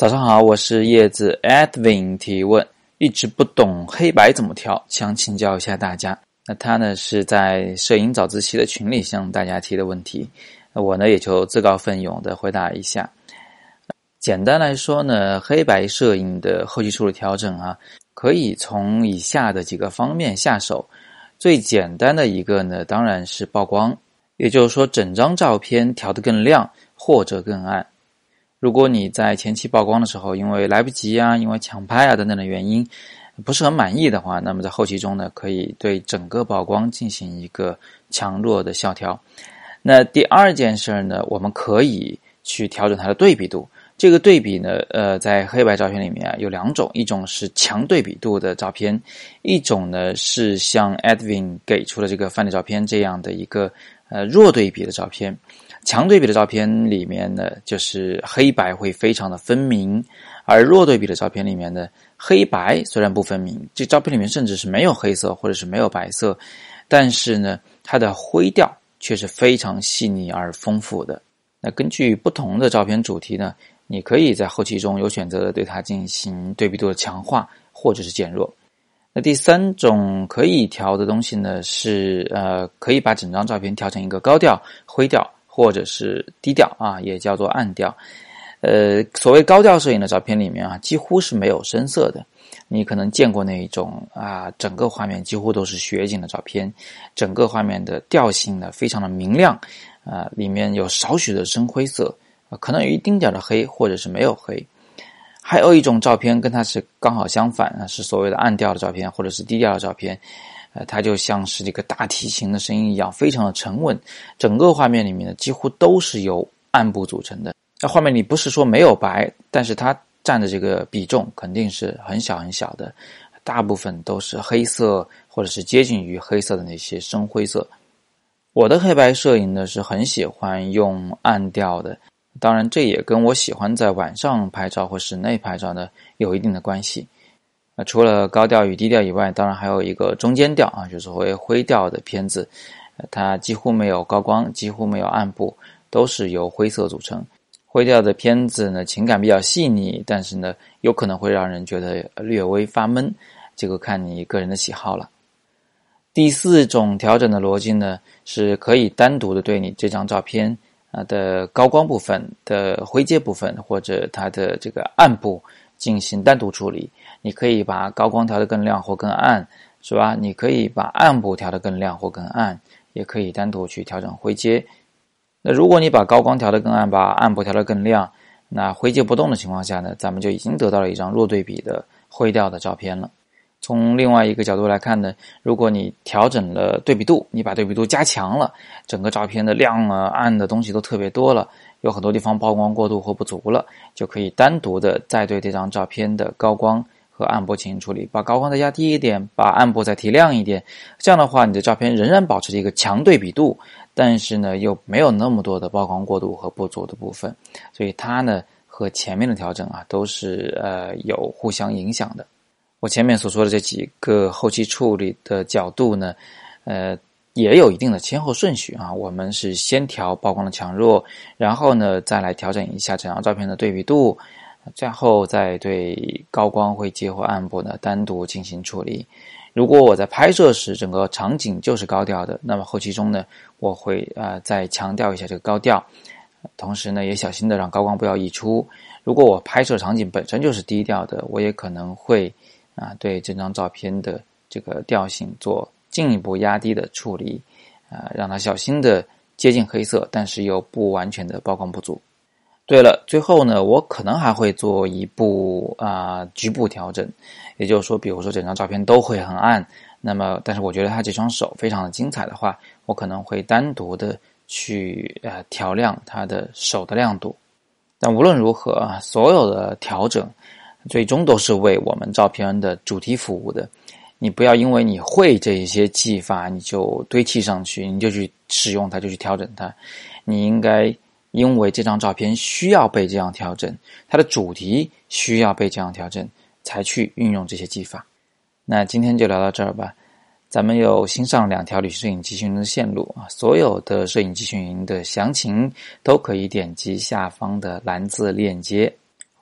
早上好，我是叶子 Edwin 提问，一直不懂黑白怎么调，想请教一下大家。那他呢是在摄影早自习的群里向大家提的问题，我呢也就自告奋勇的回答一下。简单来说呢，黑白摄影的后期处理调整可以从以下的几个方面下手。最简单的一个呢，当然是曝光，也就是说整张照片调得更亮或者更暗。如果你在前期曝光的时候，因为来不及因为抢拍等等的原因不是很满意的话，那么在后期中呢，可以对整个曝光进行一个强弱的消调。那第二件事呢，我们可以去调整它的对比度。这个对比呢，在黑白照片里面有两种，一种是强对比度的照片，一种呢是像 Edwin 给出的这个范例照片这样的一个弱对比的照片。强对比的照片里面呢，就是黑白会非常的分明，而弱对比的照片里面呢，黑白虽然不分明，这照片里面甚至是没有黑色或者是没有白色，但是呢，它的灰调却是非常细腻而丰富的。那根据不同的照片主题呢，你可以在后期中有选择的对它进行对比度的强化或者是减弱。那第三种可以调的东西呢，是可以把整张照片调成一个高调、灰调或者是低调也叫做暗调。所谓高调摄影的照片里面几乎是没有深色的。你可能见过那一种整个画面几乎都是雪景的照片，整个画面的调性呢非常的明亮，里面有少许的深灰色，可能有一丁点的黑或者是没有黑。还有一种照片跟它是刚好相反，是所谓的暗调的照片或者是低调的照片，它就像是这个大提琴的声音一样，非常的沉稳，整个画面里面呢几乎都是由暗部组成的。那画面里不是说没有白，但是它占的这个比重肯定是很小很小的，大部分都是黑色或者是接近于黑色的那些深灰色。我的黑白摄影呢是很喜欢用暗调的，当然这也跟我喜欢在晚上拍照或室内拍照呢有一定的关系。除了高调与低调以外，当然还有一个中间调就是所谓灰调的片子，它几乎没有高光，几乎没有暗部，都是由灰色组成。灰调的片子呢情感比较细腻，但是呢有可能会让人觉得略微发闷，这个看你个人的喜好了。第四种调整的逻辑呢，是可以单独的对你这张照片的高光部分的灰阶部分或者它的这个暗部进行单独处理。你可以把高光调得更亮或更暗，是吧？你可以把暗部调得更亮或更暗，也可以单独去调整灰阶。那如果你把高光调得更暗，把暗部调得更亮，那灰阶不动的情况下呢，咱们就已经得到了一张弱对比的灰调的照片了。从另外一个角度来看呢，如果你调整了对比度，你把对比度加强了，整个照片的亮暗的东西都特别多了，有很多地方曝光过度或不足了，就可以单独的再对这张照片的高光和暗部进行处理，把高光再加低一点，把暗部再提亮一点。这样的话，你的照片仍然保持着一个强对比度，但是呢又没有那么多的曝光过度和不足的部分，所以它呢和前面的调整都是有互相影响的。我前面所说的这几个后期处理的角度呢，也有一定的先后顺序我们是先调曝光的强弱，然后呢再来调整一下整张照片的对比度，最后再对高光灰阶或暗部呢单独进行处理。如果我在拍摄时整个场景就是高调的，那么后期中呢我会再强调一下这个高调，同时呢也小心的让高光不要溢出。如果我拍摄场景本身就是低调的，我也可能会对这张照片的这个调性做进一步压低的处理，让它小心的接近黑色，但是又不完全的曝光不足。对了，最后呢，我可能还会做一步局部调整，也就是说，比如说整张照片都会很暗，那么但是我觉得他这双手非常的精彩的话，我可能会单独的去调亮他的手的亮度。但无论如何所有的调整最终都是为我们照片的主题服务的。你不要因为你会这些技法你就堆砌上去，你就去使用它，就去调整它。你应该因为这张照片需要被这样调整，它的主题需要被这样调整，才去运用这些技法。那今天就聊到这儿吧。咱们有新上2条旅行摄影集训营的线路所有的摄影集训营的详情都可以点击下方的蓝字链接。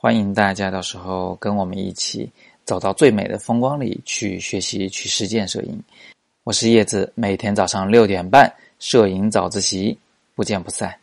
欢迎大家到时候跟我们一起走到最美的风光里去学习去实践摄影。我是叶子，每天早上6点半摄影早自习，不见不散。